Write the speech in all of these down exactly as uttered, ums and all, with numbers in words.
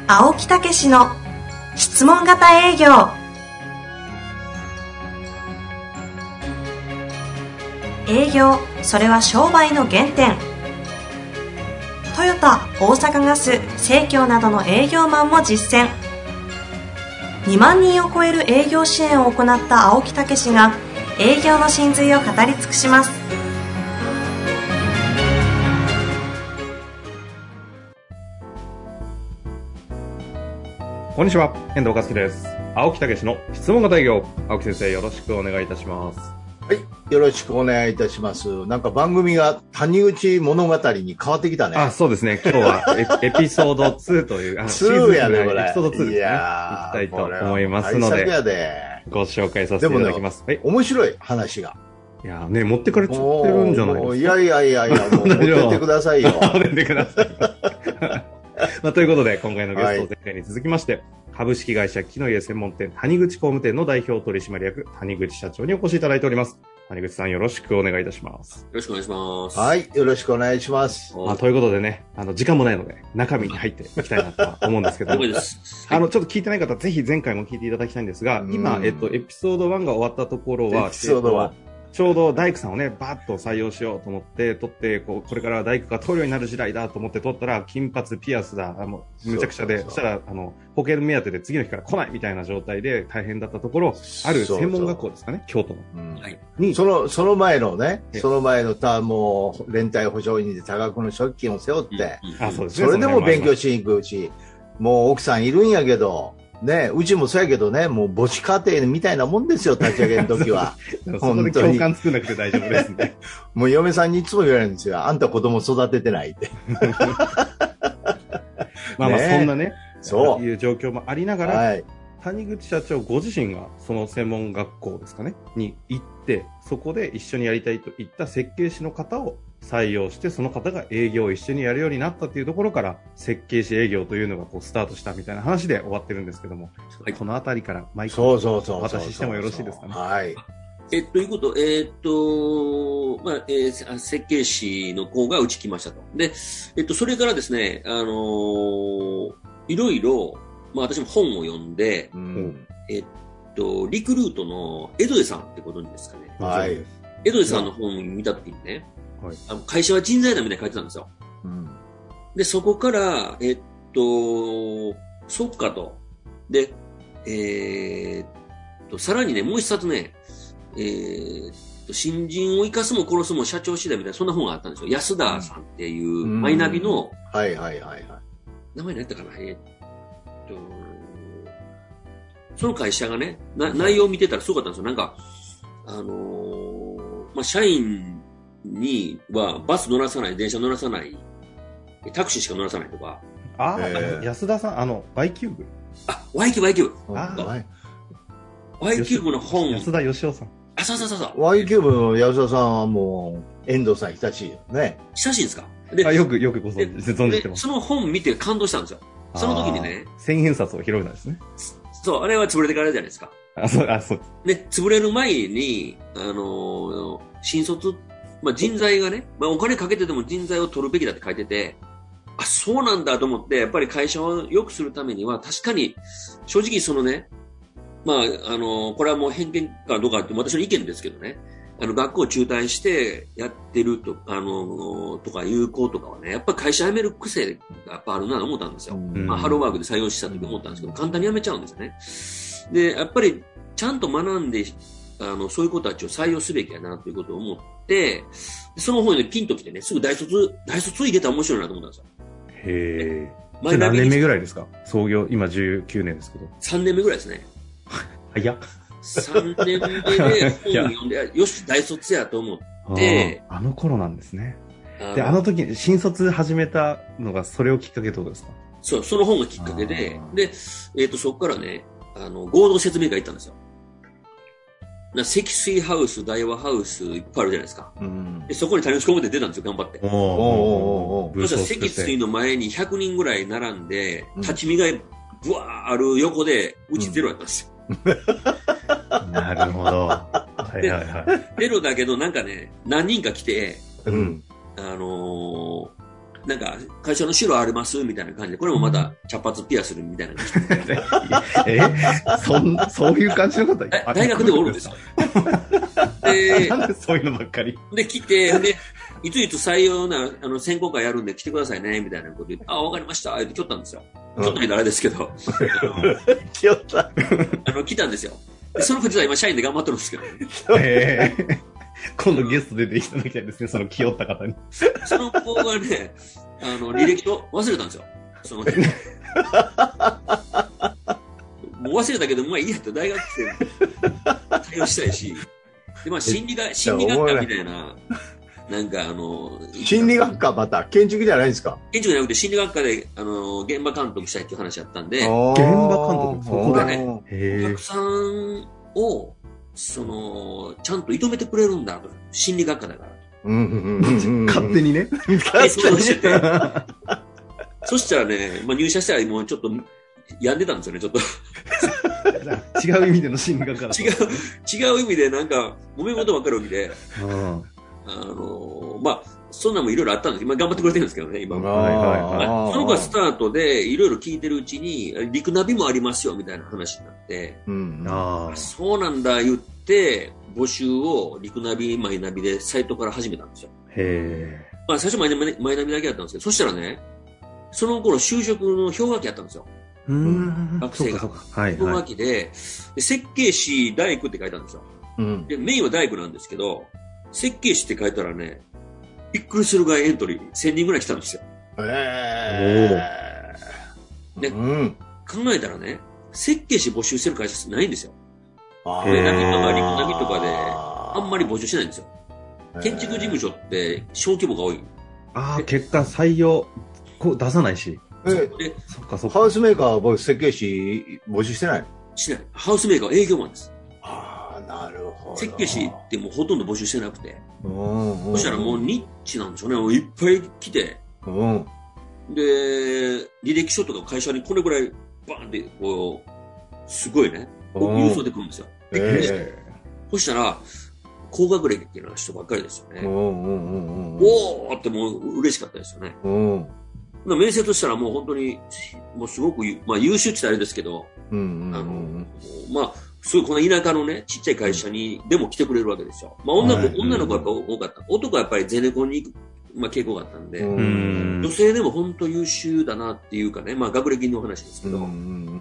青木武氏の質問型営業。営業、それは商売の原点。トヨタ、大阪ガス、生協などの営業マンも実践。にまんにんを超える営業支援を行った青木武氏が営業の真髄を語り尽くします。 こんにちは、遠藤和樹です。青木武の質問型営業。青木先生、よろしくお願いいたします。 はい、よろしくお願いいたします。なんか番組が谷口物語に変わってきたね。 あ、そうですね。今日はエ, エピソードツーという、あのツーやね、これ。 エピソードツーですね。 いやー、いきたいと思いますので、 やでご紹介させていただきます。 でもね、はい、面白い話が。 いやね、持ってかれちゃってるんじゃないですか。 いやいやいやいや、もう持ってってくださいよ。 持ってってください。まあ、ということで、今回のゲスト、前回に続きまして、はい、株式会社木の家専門店谷口工務店の代表取締役谷口社長にお越しいただいております。谷口さん、よろしくお願いいたします。 よろしくお願いします。 はい、よろしくお願いします。 まあ、ということでね、あの時間もないので中身に入っていきたいなとは思うんですけども、あのちょっと聞いてない方、ぜひ前回も聞いていただきたいんですが、今えっとエピソードワンが終わったところは、 エピソードワン、 ちょうど大工さんをね、バーッと採用しようと思って、取って、こう、これから大工が取るようになる時代だと思って取ったら、金髪、ピアスだ、あの、むちゃくちゃで、そしたら、あの、保険目当てで次の日から来ないみたいな状態で大変だったところ、ある専門学校ですかね、京都の。 うん、にその、その前のね、その前のた、もう、連帯保証人で多額の借金を背負って、 うん、あ、そうですね。 それでも勉強しに行くうち、もう奥さんいるんやけど、ね、うちもそうやけどね、もう母子家庭みたいなもんですよ、立ち上げの時は。 本当に共感作らなくて大丈夫ですね。 もう嫁さんにいつも言われるんですよ、あんた子供育ててないって。 まあまあ、そんなね、 そういう状況もありながら、 はい、 谷口社長ご自身がその専門学校ですかね、に行って、そこで一緒にやりたいといった設計士の方を採用して、その方が営業を一緒にやるようになったというところから、設計士営業というのがこうスタートしたみたいな話で終わってるんですけども、はい、このあたりからマイクをお渡ししてもよろしいですかね。 はい。 えっと、いうこと、えー、っと、まあ、えー、設計士の子がうち来ましたと。で、えっと、それからですね、あのー、いろいろ、まあ私も本を読んで、うん、えっと、リクルートの江戸江さんってことですかね。 はい。 江戸江さんの本を見たときにね、はい、あの会社は人材だみたいに書いてたんですよ。うん、で、そこから、えっと、そっかと。で、えー、っと、さらにね、もう一冊ね、えー、っと、新人を生かすも殺すも社長次第みたいな、そんな本があったんですよ。安田さんっていう、マイナビの、 うん、はいはいはいはい。 名前何やったかな、えー、っと、その会社がね、な内容を見てたらすごかったんですよ。なんか、あのー、まあ、社員にはバス乗らさない、電車乗らさない、タクシーしか乗らさないとか。 ああ、安田さん、あの、Y キューブ。 あ、Y キューブ、Y キューブ。 ああ、 Y キューブの本。 安田義雄さん。 あ、そうそうそうそう。 Y キューブの安田さんはもう、遠藤さん親しいよね。 親しいんですか？ で、あ、よく、よくご存知、存じてます。 その本見て感動したんですよ。その時にね。 千円札を拾うなんですね。 そう、あれは潰れてからじゃないですか。 あ、そう、あ、そうです。で、潰れる前に、あのー、新卒、まあ、人材がね、まあ、お金かけてでも人材を取るべきだって書いてて、あ、そうなんだと思って、やっぱり会社を良くするためには、確かに、正直そのね、まあ、あの、これはもう偏見かどうかって私の意見ですけどね、あの、学校を中退してやってると、あの、とかいう子とかはね、やっぱり会社辞める癖がやっぱあるなと思ったんですよ。まあ、ハローワークで採用した時思ったんですけど、簡単に辞めちゃうんですよね。で、やっぱり、ちゃんと学んで、あの、そういう子たちを採用すべきやなということを思って、その本にピンと来てね、すぐ大卒、大卒入れたら面白いなと思ったんですよ。 へー。何年目ぐらいですか？創業、今じゅうきゅうねんですけど。 さんねんめぐらいですね。 早っ。 さんねんめで本を読んで、よし、大卒やと思って。 あ, あの頃なんですね。で、あの時に新卒始めたのがそれをきっかけってことですか？ そう、その本がきっかけで、で、えっと、そこからね、あの、合同説明会行ったんですよ。な積水ハウス、大和ハウス、いっぱいあるじゃないですか。うん、でそこに谷口工務店出たんですよ、頑張って。おーおーおーそしたら積水の前にひゃくにんぐらい並んで、立ち見がぶわーある横で、うちゼロやったんですよ。 うん、なるほど。はいはいはい。 ゼロだけど、なんかね、何人か来て、 うん、 あのー、 なんか、会社の資料ありますみたいな感じで、これもまた茶髪ピアスるみたいな感じで。 えそんそういう感じのこと大学でおるんですよ。で、 なんでそういうのばっかり。 で、来て、で、いついつ採用な、あの、選考会やるんで来てくださいね、みたいなこと言って、あ、わかりました、って来よったんですよ。ちょっと言うとあれですけど。 来よった。 あの、来たんですよ。でその子実は今、社員で頑張ってるんですけど、ね。 えー今度ゲスト出ていただきたいですね、その気負った方に。 その子がね、あの、履歴書忘れたんですよ。その人。もう忘れたけど、まあいいやって大学生対応したいし、で、まあ心理学、心理学科みたいな、なんかあの、 心理学科また、建築じゃないですか。 建築じゃなくて心理学科で、あの、現場監督したいっていう話やったんで、現場監督、そこでね、 お客さんを、その、ちゃんと射止めてくれるんだと。心理学科だから。 うんうんうんうん、勝手にね。 勝手にしてて。そしたらね、まあ、入社したらもうちょっと病んでたんですよね、ちょっと。 違う意味での心理学科だ。 違う、違う意味でなんか、揉め事ばっかり起きて、 うんあの、まあ、そんなもいろいろあったんですけど、まあ、頑張ってくれてるんですけどね、今も。 はいはいはい。 その子がスタートで、いろいろ聞いてるうちに、陸ナビもありますよ、みたいな話になって、 うん、 あそうなんだ、言って、募集を陸ナビ、マイナビでサイトから始めたんですよ。 へえ。 まあ、最初マイナビ、マイナビだけだったんですけど、そしたらね、その頃就職の氷河期やったんですよ。 うん。 学生が。 そうかそうか。はいはい。 氷河期で、で設計士大工って書いたんですよ。 うん、 で、メインは大工なんですけど、設計士って書いたらね、びっくりするぐらいエントリーせんにんぐらい来たんですよ。 へー。 で、 うん、 考えたらね、設計士募集してる会社ってないんですよ。 あで、なんか今、リクナビとかで、あんまり募集してないんですよ。建築事務所って小規模が多い。 ああ、結果採用、こう出さないし。 え、 そっかそっか。 ハウスメーカーは設計士募集してない？ しない。ハウスメーカーは営業マンです。 ああ、なるほど。 設計士ってもうほとんど募集してなくて。 うんうん、 そしたらもうニッチなんでしょうね。もういっぱい来て。 うん、 で、履歴書とか会社にこれぐらいバーンってこう、すごいね、郵送で来るんですよ。 えー、そしたら、高学歴っていうような人ばっかりですよね。 うんうんうんうん、 おーってもう嬉しかったですよね。 うん、 面接したらもう本当に、もうすごく、まあ優秀って言ったらあれですけど、 うんうんうん、 あの、まあ、そういうこの田舎のね、ちっちゃい会社にでも来てくれるわけですよ。まあ女の子、はい、女の子はやっぱ多かった。男はやっぱりゼネコンに行く、まあ傾向があったんで、 うん女性でも本当優秀だなっていうかね、まあ学歴の話ですけど、 うん、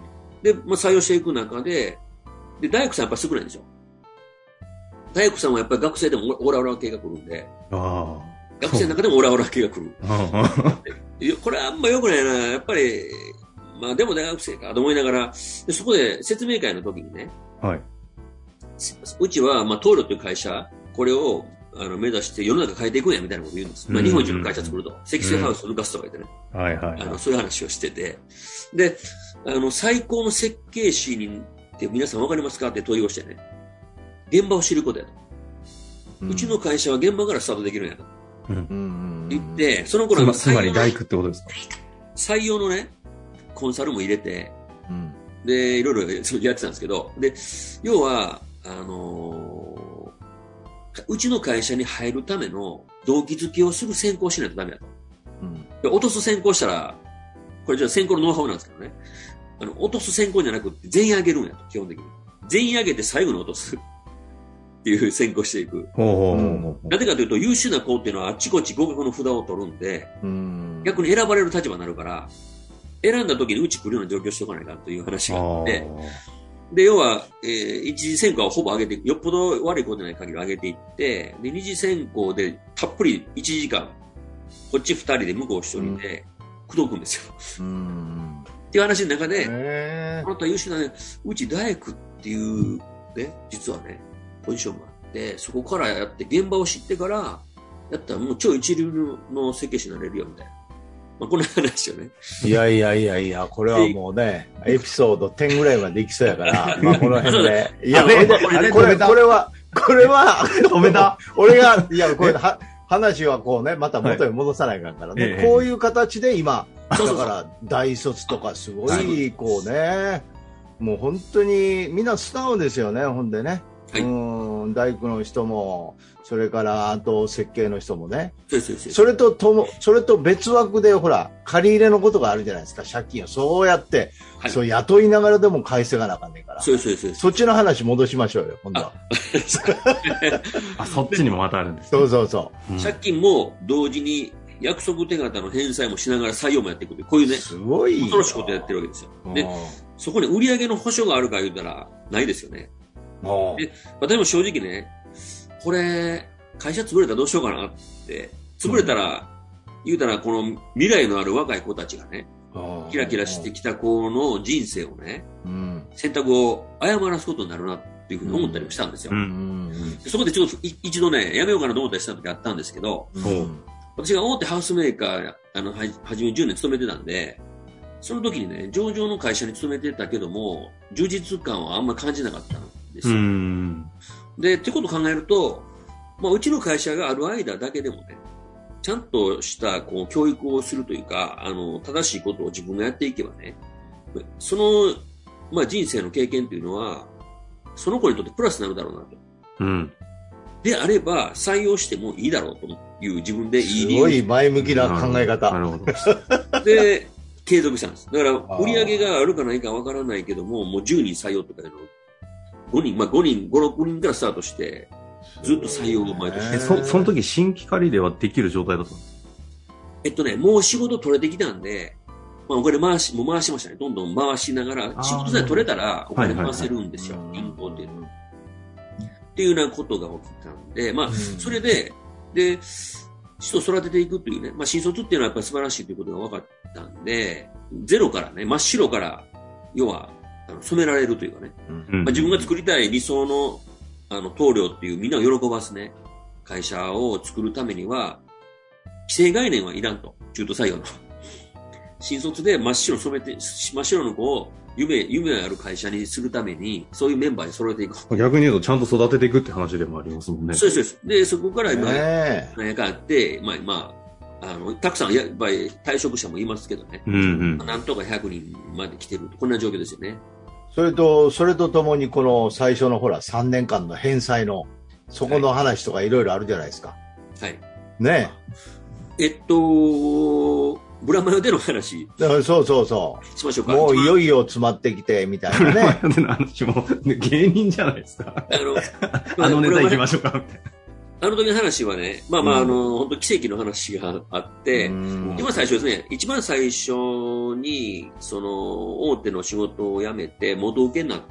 で、まあ採用していく中で、で、大工さんやっぱ少ないんですよ。大工さんはやっぱり学生でもオラオラ系が来るんで、 あ学生の中でもオラオラ系が来る。これはあんま良くないな。やっぱり、まあでも大学生かと思いながら、でそこで説明会の時にね、 はい、 うちは、まあ、東洋という会社、これをあの目指して世の中変えていくんやみたいなことを言うんです。まあ、日本一の会社作ると。積水ハウスを抜かすとか言ってね。 はいはい、 あの、そういう話をしてて。で、あの、最高の設計士にって皆さんわかりますかって問いをしてね。現場を知ることやと。うん、うちの会社は現場からスタートできるんやと。うん、言って、その頃はつまり大工ってことですか？ 採用のね、コンサルも入れて、 うん、 で、いろいろやってたんですけど、で、要は、あのー、うちの会社に入るための動機づけをする選考しないとダメだと。うん、で落とす選考したら、これじゃあ選考のノウハウなんですけどね。あの、落とす選考じゃなくて全員上げるんやと、基本的に。全員上げて最後に落とす。っていう選考していく。なぜかというと、優秀な子っていうのはあっちこっち合格の札を取るんで、うん逆に選ばれる立場になるから、選んだ時にうち来るような状況をしておかないかという話があって、で、要は、えー、一次選考はほぼ上げて、よっぽど悪い子でない限り上げていって、で、二次選考でたっぷりいちじかん、こっちふたりで向こうひとりで、口説くんですよ。うんっていう話の中で、あなた優秀なね、うち大工っていうね、実はね、ポジションがあって、そこからやって、現場を知ってから、やったらもう超一流の設計士になれるよ、みたいな。まあ、こんな話よね。 いやいやいやいや、これはもうね、エピソードじゅうぐらいまでいきそうやから、まあこの辺で。いや、これ、これ、これは、これは、止めた俺が、いや、これ、は、話はこうね、また元に戻さないからね、はい、こういう形で今、だから大卒とかすごい、こうね、もう本当にみんな素直ですよね、ほんでね。 はい、 うん大工の人もそれからあと設計の人もね、 そうそうそうそれとともそれと別枠でほら借り入れのことがあるじゃないですか、借金をそうやって、はい、そう雇いながらでも返せがなあかんねんから、 そうそうそうそっちの話戻しましょうよ今度は。 あそっちにもまたあるんです、 ね、そうそうそう、 うん、借金も同時に約束手形の返済もしながら採用もやっていくという、こういうね、 すごい恐ろしいことやってるわけですよ。で、そこに売上の保証があるか言うたらないですよね。で、私も正直ね、これ、会社潰れたらどうしようかなって、潰れたら、うん、言うたらこの未来のある若い子たちがね、キラキラしてきた子の人生をね、うん、選択を誤らすことになるなっていうふうに思ったりもしたんですよ。うんうんうん、でそこでちょっと一度ね、やめようかなと思ったりした時あったんですけど、うん、私が大手ハウスメーカー、あの、はじめじゅうねん勤めてたんで、その時にね、上場の会社に勤めてたけども、充実感はあんまり感じなかったんですよ。うんで、ってことを考えると、まあ、うちの会社がある間だけでもね、ちゃんとしたこう教育をするというか、あの、正しいことを自分がやっていけばね、その、まあ、人生の経験というのは、その子にとってプラスになるだろうなと。うん。であれば、採用してもいいだろうという自分でいい理由。 すごい前向きな考え方。なるほど。で、継続したんです。だから、売り上げがあるかないかわからないけども、もうじゅうにん採用とかいうの、ごにん、まあごにん、ご、ろくにんからスタートして、ずっと採用を毎年。 え、そ、その時新規借りではできる状態だったんですか？ えっとね、もう仕事取れてきたんで、まあお金回し、もう回しましたね。どんどん回しながら、仕事さえ取れたらお金回せるんですよ。銀行っていうのは。っていうようなことが起きたんで、まあ、それで、で、人を育てていくというね、まあ、新卒っていうのはやっぱり素晴らしいということが分かったんで、ゼロからね、真っ白から、要は、あの染められるというかね、うんまあ、自分が作りたい理想の、あの、棟梁っていうみんなを喜ばすね、会社を作るためには、既成概念はいらんと、中途採用の。新卒で真っ白染めて、真っ白の子を夢、夢のある会社にするために、そういうメンバーに揃えていく。 逆に言うと、ちゃんと育てていくって話でもありますもんね。 そうです、そうです。で、そこから今、何やかあって、まあ、まあ、あの、たくさんやっぱり退職者もいますけどね。うんうん。なんとかひゃくにんまで来てる。こんな状況ですよね。 それと、それとともに、この最初のほら、さんねんかんの返済の、そこの話とかいろいろあるじゃないですか。 はい。 ねえ。えっと、ブラマヨでの話。 そうそうそう。 しましょうか。 もういよいよ詰まってきて、みたいなね。 ブラマヨでの話も、芸人じゃないですか。あの、あのネタ行きましょうか、みたいな。 あの時の話はね、まあまあ、あの、本当奇跡の話があって、一番最初ですね、一番最初に、その、大手の仕事を辞めて、元請けになって、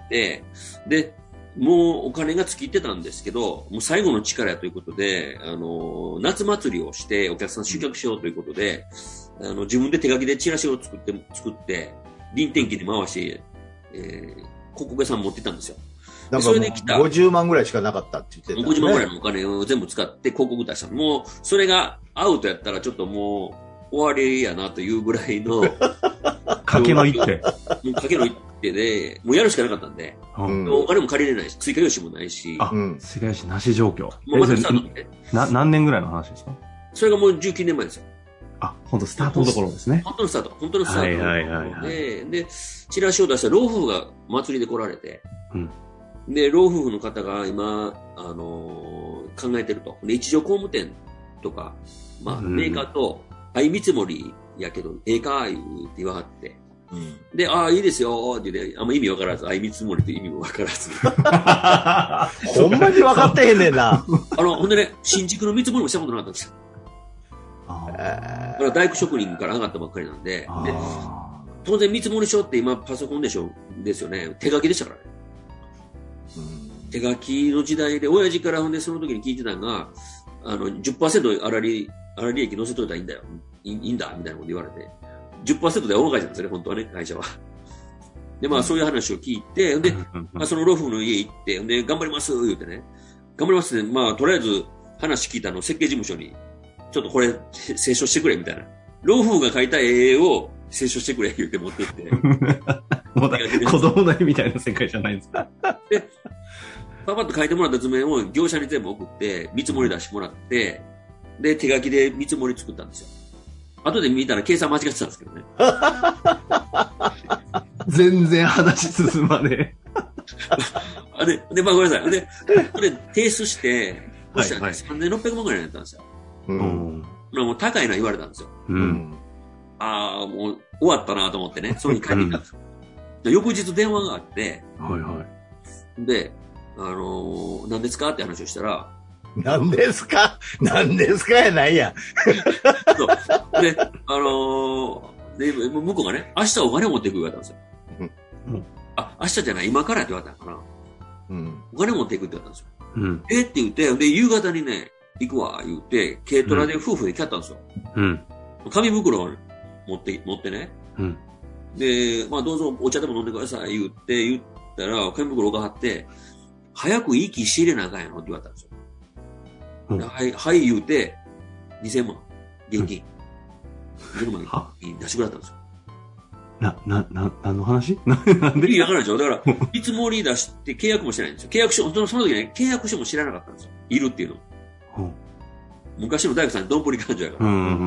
で、もうお金が尽きてたんですけど、もう最後の力ということで、あの、夏祭りをしてお客さん集客しようということで、あの、自分で手書きでチラシを作って、作って、臨転機で回して、えー、広告屋さん持ってったんですよ。 なんかそれで来た。ごじゅうまんぐらいしかなかったって言ってた、ね。 ごじゅうまんぐらいのお金を全部使って広告出した。もう、それがアウトやったらちょっともう終わりやなというぐらいの。 賭けの一手。 もう賭けの一手で、もうやるしかなかったんで。うん、お金も借りれないし、追加用紙もないし。 あ、うん、追加用紙なし状況。 もうまたスタートで。 な、何年ぐらいの話ですか？ それがもうじゅうきゅうねんまえですよ。 あ、本当スタートのところですね。 本当のスタート。本当のスタート。はいはいはい、はい。で、で、チラシを出した老夫婦が祭りで来られて。うんで、老夫婦の方が今、あのー、考えてると。で、一条工務店とか、まあ、メーカーと、相見積もりやけど、ええかー言って言わはって。うん、で、ああ、いいですよって言って、あんま意味わからず、相見積もりという意味もわからず。ほんまに分かってへんねんな。 あの、ほんでね、新築の見積もりもしたことなかったんですよ。ああ。大工職人から上がったばっかりなんで、で当然見積もり書って今パソコンでしょ、ですよね。手書きでしたからね。手書きの時代で、親父からほんでその時に聞いてたのが、あの、じゅっパーセント 粗利、粗利益乗せといたらいいんだよ。いいいいんだみたいなこと言われて。じゅっパーセント で大掛けなんですよね、本当はね、会社は。で、まあそういう話を聞いて、で、まあ、その老夫の家行って、で、頑張ります言うてね。頑張りますね。まあとりあえず話聞いたの設計事務所に、ちょっとこれ、清書してくれ、みたいな。老夫が書いた絵を清書してくれ、言って持ってって。 もうだ子供の絵みたいな世界じゃないですか。 で、パパッと書いてもらった図面を業者に全部送って、見積もり出してもらって、で、手書きで見積もり作ったんですよ。後で見たら計算間違ってたんですけどね。 全然話進まねあで、で、まあごめんなさい。で、それ提出して、そしたら、ねはいはい、さんぜんろっぴゃくまんぐらいになったんですよ。うん。もう高いな言われたんですよ。うん。ああ、もう終わったなと思ってね、それに帰ってきたんですよ。うん、翌日電話があって、はいはい。で、あのー、何ですかって話をしたら、 何ですか何ですかやないや。 そう。で、あのー、で、向こうがね、明日お金持っていく言われたんですよ。うん。あ、明日じゃない、今からって言われたのかな。うん。お金持っていくって言われたんですよ。うん。えって言って、で、夕方にね、行くわ、言って、軽トラで夫婦で来ちゃったんですよ。うん。紙袋を持って、持ってね。うん。で、まあ、どうぞお茶でも飲んでください、言って、言ったら、紙袋が張って、早く息仕入れなあかんやろって言われたんですよ。うん、はい、はい、言うて、にせんまん、現金。にせんまん出してくれたんですよ。 な、な、な、何の話な、なんで意味わからないでしょ。だから、見積もり出して契約もしてないんですよ。契約書、その、その時ね、契約書も知らなかったんですよ。いるっていうの。うん、昔の大工さんにどんぶり勘定やから、うんうんうん。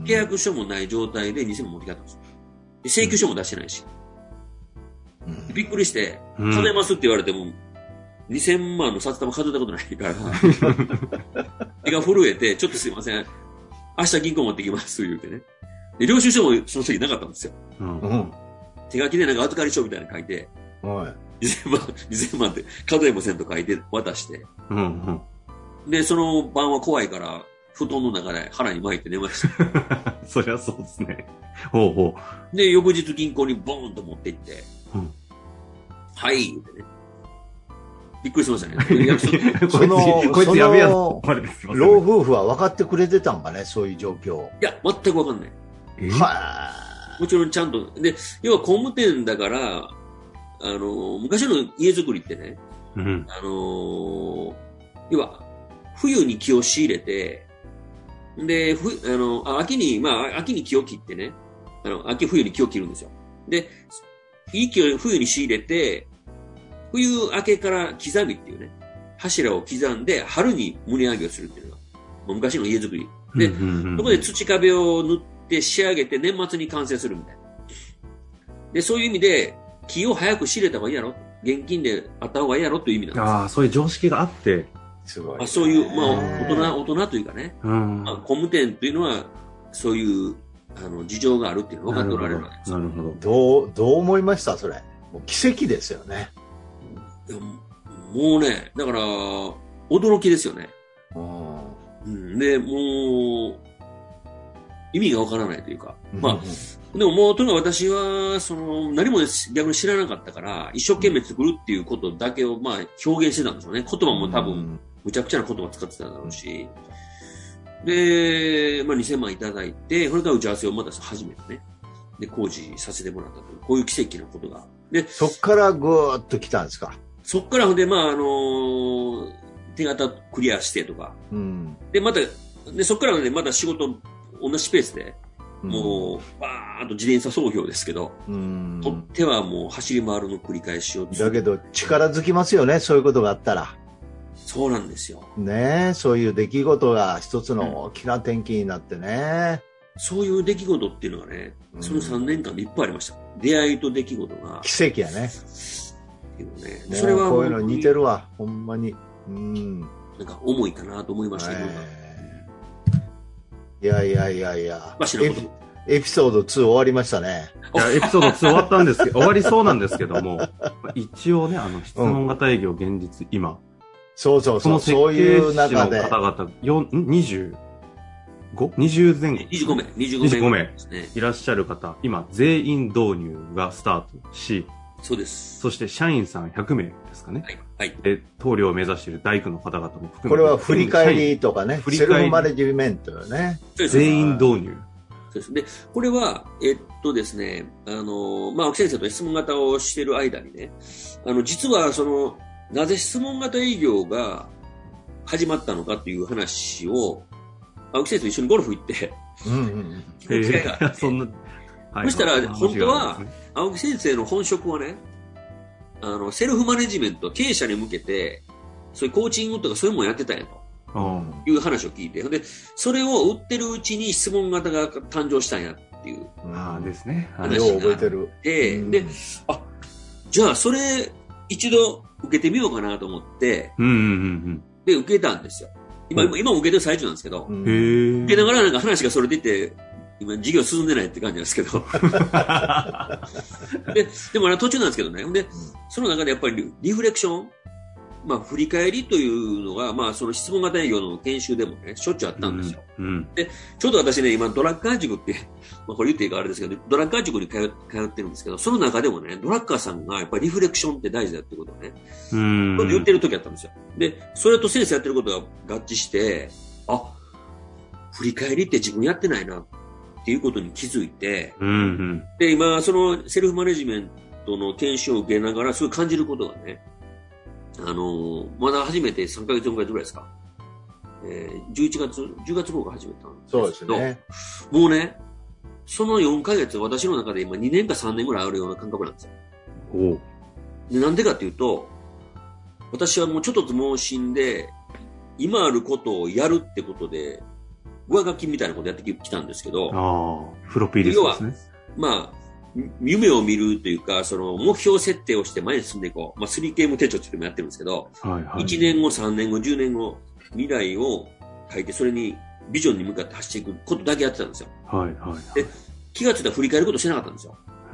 契約書もない状態でにせんまん持ってきたんですよ。で請求書も出してないし。うん、びっくりして、数えますって言われても、にせんまんの札束数えたことないから、手が震えて、ちょっとすいません。明日銀行持ってきます、言うてね。で、領収書もその時なかったんですよ。うん、手書きでなんか預かり書みたいなの書いて、にせんまん、にせんまんって数えもせんと書いて渡して、うんうん、で、その晩は怖いから、布団の中で腹に巻いて寝ました。 そりゃそうですね。ほうほう。で、翌日銀行にボーンと持って行って、うん、はい、言うてね。びっくりしましたね。 その、こいつやべえやつ。老夫婦は分かってくれてたんかね、そういう状況。 いや、全く分かんない。はもちろんちゃんと。で、要は工務店だから、あの、昔の家づくりってね、うん、あの、要は、冬に木を仕入れて、で、ふあの秋に、まあ、秋に木を切ってね、あの、秋冬に木を切るんですよ。で、いい木を冬に仕入れて、冬明けから刻みっていうね、柱を刻んで、春に棟上げをするっていうのが、昔の家づくり。で、うんうんうん、そこで土壁を塗って仕上げて年末に完成するみたいな。で、そういう意味で、木を早く仕入れた方がいいやろ、現金であった方がいいやろという意味なんです。 ああ、そういう常識があって。 すごい、 ね。そういう、まあ、大人、大人というかね、うんまあ、工務店というのは、そういう、あの、事情があるっていうのが分かっておられるわけです。 なるほど。どう、どう思いましたそれ。もう奇跡ですよね。 もうね、だから、驚きですよね。うん、で、もう、意味がわからないというか。まあ、でももう、とにかく私は、その、何も逆に知らなかったから、一生懸命作るっていうことだけを、まあ、表現してたんでしょうね。言葉も多分、むちゃくちゃな言葉使ってたんだろうし。で、まあ、にせんまんいただいて、それから打ち合わせをまた初めてね。で、工事させてもらったという、こういう奇跡なことが。 で、そっからぐーっと来たんですか？ そっからほんで、まあ、あのー、手形クリアしてとか。うん、で、また、で、そっからね、また仕事、同じペースで、もう、バーンと自転車操業ですけど、うん、取ってはもう走り回るの繰り返しを。 だけど、力づきますよね、そういうことがあったら。 そうなんですよ。 ねえ、そういう出来事が一つの大きな転機になってね。 うん、そういう出来事っていうのがね、そのさんねんかんでいっぱいありました。出会いと出来事が。 奇跡やね。 ね、それはこういうの似てるわ、ほんまに。うん。 なんか重いかなと思いましたけど。 いやいやいやいや。エピ、エピソードツー終わりましたね。 いや、エピソードツー終わったんですけど、終わりそうなんですけども、一応ね、あの、質問型営業現実、今。 そうそうそう、そういう中で。 方々、よん、にじゅうご?にじゅう 前後。 にじゅうごめい。 にじゅうごめいいらっしゃる方、今、全員導入がスタートし、 そうです。 そして社員さんひゃくめいですかね。はい。はい、で、棟梁を目指している大工の方々も含めて。 これは振り返りとかね。セルフマネジメントよね。 全員導入。 そうです。で、これは、えっとですね、あの、まあ、青木先生と質問型をしている間にね、あの、実はその、なぜ質問型営業が始まったのかという話を、青木先生と一緒にゴルフ行って、うんうんうん。えー、そんな、はい、そしたら、本当は、青木先生の本職はね、あの、セルフマネジメント、経営者に向けて、そういうコーチングとかそういうもんやってたんやと、いう話を聞いて、で、それを売ってるうちに質問型が誕生したんやっていうああですね。 話があって、 で、あ、じゃあそれ、 一度受けてみようかなと思って、 うんうんうん、 で、受けたんですよ。今、今、今も受けてる最中なんですけど、 うん、へ受けながらなんか話がそれていって、今、授業進んでないって感じなんですけど。で、でも途中なんですけどね。で、その中でやっぱりリフレクション、まあ、振り返りというのが、まあ、その質問型営業の研修でもね、しょっちゅうあったんですよ。うんうん、で、ちょうど私ね、今、ドラッカー塾って、まあ、これ言っていいかあれですけど、ドラッカー塾に通通ってるんですけど、その中でもね、ドラッカーさんがやっぱりリフレクションって大事だってことをね、うん、言ってる時あったんですよ。で、それと先生やってることが合致して、あ、振り返りって自分やってないなっていうことに気づいて、うんうん、で、今、そのセルフマネジメントの研修を受けながら、すごい感じることがね、あのー、まだ始めてさんかげつよんかげつぐらいですか。えー、じゅういちがつ、じゅうがつ頃から始めたんですけど。そうですね。もうね、そのよんかげつ、私の中で今にねんかさんねんぐらいあるような感覚なんですよ。おでなんでかっていうと、私はもうちょっと盲信で、今あることをやるってことで、上書きみたいなことやってきたんですけど。 ああ、フロッピーディスクですね。 まあ、夢を見るというか、その目標設定をして前に進んでいこう。まあ、スリーケーエム 手帳って言ってもやってるんですけど、はいはい、いちねんご、さんねんご、じゅうねんご、未来を書いて、それにビジョンに向かって走っていくことだけやってたんですよ。はいはいはい、で、気がついたら振り返ることしてなかったんですよ。うん、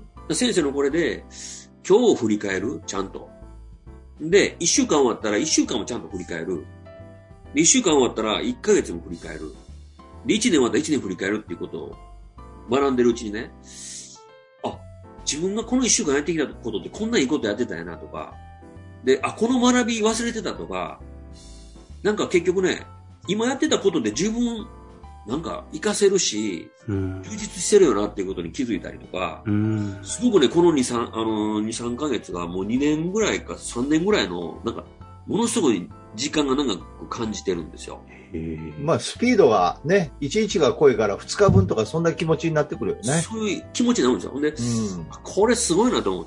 先生のこれで、今日を振り返る、ちゃんと。で、いっしゅうかん終わったらいっしゅうかんもちゃんと振り返る。で、いっしゅうかん終わったらいっかげつも振り返る。で、いちねん終わったらいちねん振り返るっていうことを学んでるうちにね、自分がこの一週間やってきたことってこんないいことやってたやなとか、で、あ、この学び忘れてたとか、なんか結局ね、今やってたことで十分、なんか活かせるし、うん、充実してるよなっていうことに気づいたりとか、うん、すごくね、このに、さん、あの、に、さんかげつがもうにねんぐらいかさんねんぐらいの、なんか、ものすごい時間がなんか感じてるんですよ。 まあ、スピードがね、いちにちが濃いからふつかぶんとかそんな気持ちになってくるよね。 そういう気持ちになるんですよ。ほんで、うん、これすごいなと思って、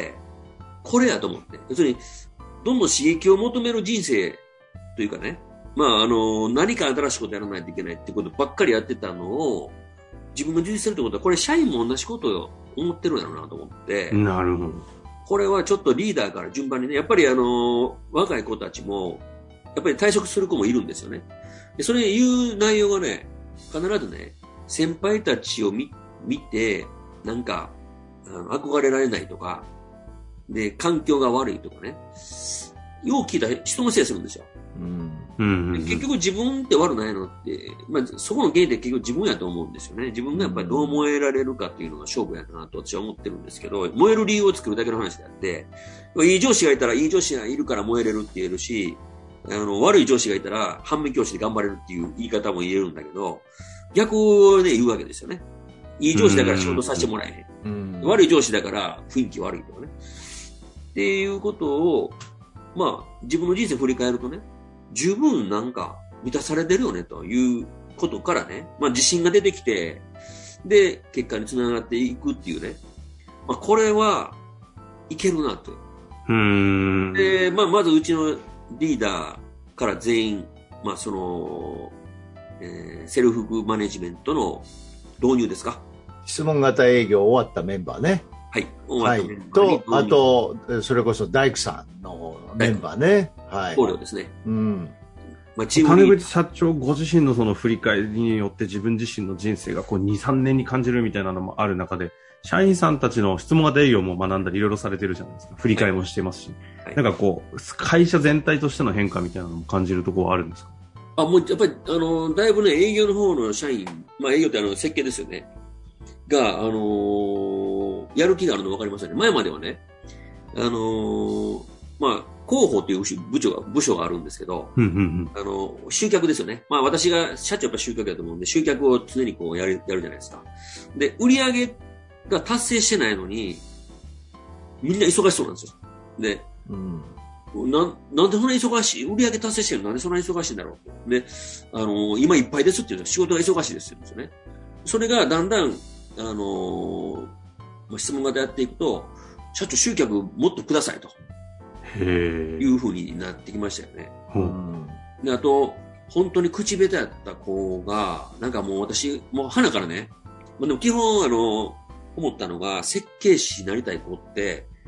これやと思って。要するに、どんどん刺激を求める人生というかね、まあ、あの、何か新しいことやらないといけないってことばっかりやってたのを、自分が充実するってことは、これ社員も同じことを思ってるんだろうなと思って。 なるほど。 これはちょっとリーダーから順番にね、やっぱりあの、若い子たちも、やっぱり退職する子もいるんですよね。でそれ言う内容がね、必ずね、先輩たちを 見, 見て、なんか、あの憧れられないとか、で、環境が悪いとかね、よう聞いたら人のせいするんですよ。うんうんうん、結局自分って悪ないのって、まあ、そこの原因って結局自分やと思うんですよね。自分がやっぱりどう燃えられるかっていうのが勝負やなと私は思ってるんですけど、燃える理由を作るだけの話であって、いい上司がいたらいい上司がいるから燃えれるって言えるし、あの、悪い上司がいたら、反面教師で頑張れるっていう言い方も言えるんだけど、逆をね、言うわけですよね。いい上司だから仕事させてもらえへん。うん悪い上司だから雰囲気悪いとかね。っていうことを、まあ、自分の人生振り返るとね、十分なんか満たされてるよねということからね、まあ自信が出てきて、で、結果につながっていくっていうね。まあ、これはいけるなと。うーんで、まあ、まずうちのリーダーから全員、まあ、その、えー、セルフマネジメントの導入ですか。 質問型営業終わったメンバーね。 はい。 はい。と、あと、それこそ大工さんのメンバーね。はい。 考慮ですね。うん。 まあ、チーム種口社長ご自身のその振り返りによって自分自身の人生がこうに、さんねんに感じるみたいなのもある中で、社員さんたちの質問型営業も学んだりいろいろされてるじゃないですか。振り返りもしてますし。はい、なんかこう、会社全体としての変化みたいなのも感じるところはあるんですか？ あ、もうやっぱり、あの、だいぶね、営業の方の社員、まあ営業ってあの、設計ですよね。が、あのー、やる気があるの分かりますよね。前まではね、あのー、まあ、広報という部長が、部署があるんですけど、うんうんうん、あの、集客ですよね。まあ私が、社長やっぱ集客だと思うんで、集客を常にこうやる、やるじゃないですか。で、売り上げが達成してないのに、みんな忙しそうなんですよ。で、うん、な、なんでそんな忙しい、売り上げ達成してるのなんでそんな忙しいんだろう。で、あのー、今いっぱいですっていうのは仕事が忙しいですよね。それがだんだん、あのー、質問型やっていくと、社長集客もっとくださいと。いう風になってきましたよね。うん、で、あと、本当に口下手やった子が、なんかもう私、もう鼻からね、まあ、でも基本あの、思ったのが、設計士になりたい子って、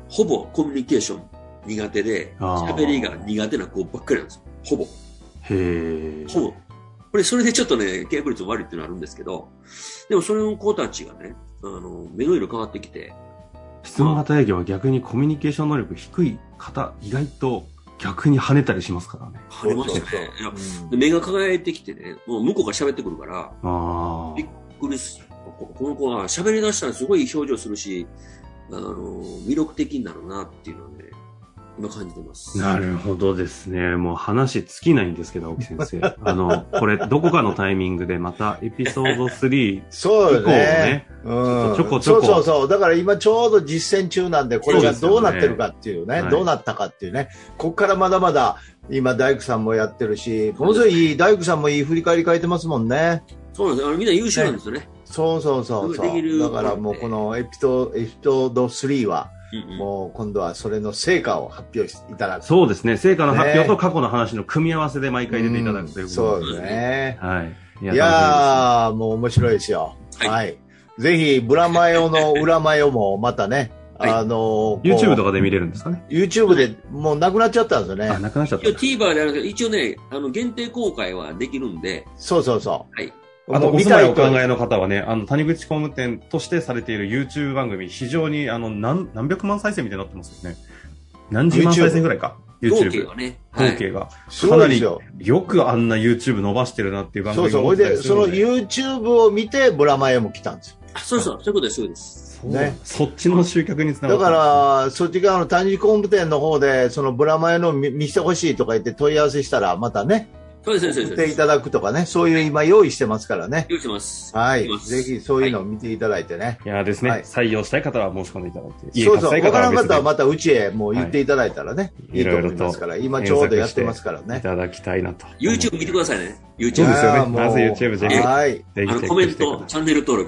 ほぼコミュニケーション苦手で、喋りが苦手な子ばっかりなんですよ。ほぼ。 へえ。 ほぼ。これ、それでちょっとね、経過率悪いっていうのはあるんですけど、でもそれの子たちがね、あの、目の色変わってきて。 質問型営業は逆にコミュニケーション能力低い方、意外と逆に跳ねたりしますからね。 跳ねますね。いや、うん、目が輝いてきてね、もう向こうが喋ってくるから、あびっくりする。この子は喋り出したらすごい表情するし、あの、魅力的になるなっていうのはね、今感じてます。 なるほどですね。もう話尽きないんですけど、青木先生。あの、これ、どこかのタイミングでまたエピソードスリーそうよね。 以降ね、うん、ちょこちょこ。 そうそうそう。だから今ちょうど実践中なんで、これがどうなってるかっていうね、うねどうなったかっていうね。ここからまだまだ、今大工さんもやってるし、ものすごいいい、大工さんもいい振り返り書いてますもんね。 そうなんです。あのみんな優秀なんですよね。ねそうそうそうそう。だからもうこのエピソードスリーは、もう今度はそれの成果を発表していただく。 そうですね。成果の発表と過去の話の組み合わせで毎回出ていただくということですね。そうですね。 はい。 いや, いやー、もう面白いですよ。はい。はい、ぜひ、ブラマヨの裏マヨもまたね、はい、あのー、 YouTube とかで見れるんですかね。 YouTube でもうなくなっちゃったんですよね。 あ、なくなっちゃった。 TVer であるけど、一応ね、あの、限定公開はできるんで。 そうそうそう。 はい。 あと、お住まいお考えの方はね、あの、谷口工務店としてされている YouTube 番組、非常に、あの、何、何百万再生みたいになってますよね。何十万再生ぐらいか。 YouTube。合計がね。 合計が。かなり、よくあんな YouTube 伸ばしてるなっていう番組が。 そうそう。で、その YouTube を見て、ブラマヨも来たんですよ。 そうそう。そういうことです、そうです。 ね。そっちの集客につながった。だから、そっち側の谷口工務店の方で、そのブラマヨの見、見せてほしいとか言って問い合わせしたら、またね。 そうです、そうです。 送っていただくとかね、そういう今用意してますからね。 用意してます。 はい。ぜひそういうのを見ていただいてね。 いやですね、はい、採用したい方は申し込んでいただいて。 そうそう。わからん方はまたうちへもう言っていただいたらね。はい、いいと思いますから。今ちょうどやってますからね。 いただきたいなと。 YouTube 見てくださいね。YouTube ですよね。まず YouTube ぜひ。 はい。 あの、コメント、チャンネル登録。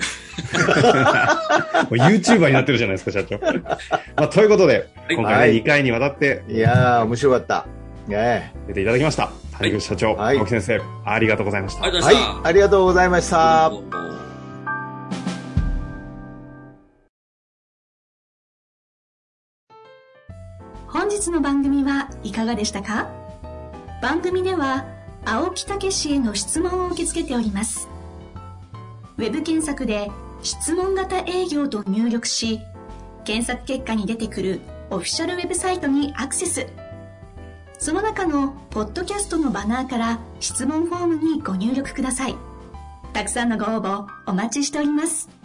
YouTuber になってるじゃないですか、社長。まあ、ということで、今回ね、にかいにわたって。 いやー、面白かった。ね、 出ていただきました。谷口社長、はい、青木先生、ありがとうございました。 ありがとうございました。 はい、ありがとうございました。 本日の番組はいかがでしたか？番組では青木武氏への質問を受け付けております。ウェブ検索で質問型営業と入力し、検索結果に出てくるオフィシャルウェブサイトにアクセス。その中のポッドキャストのバナーから質問フォームにご入力ください。たくさんのご応募お待ちしております。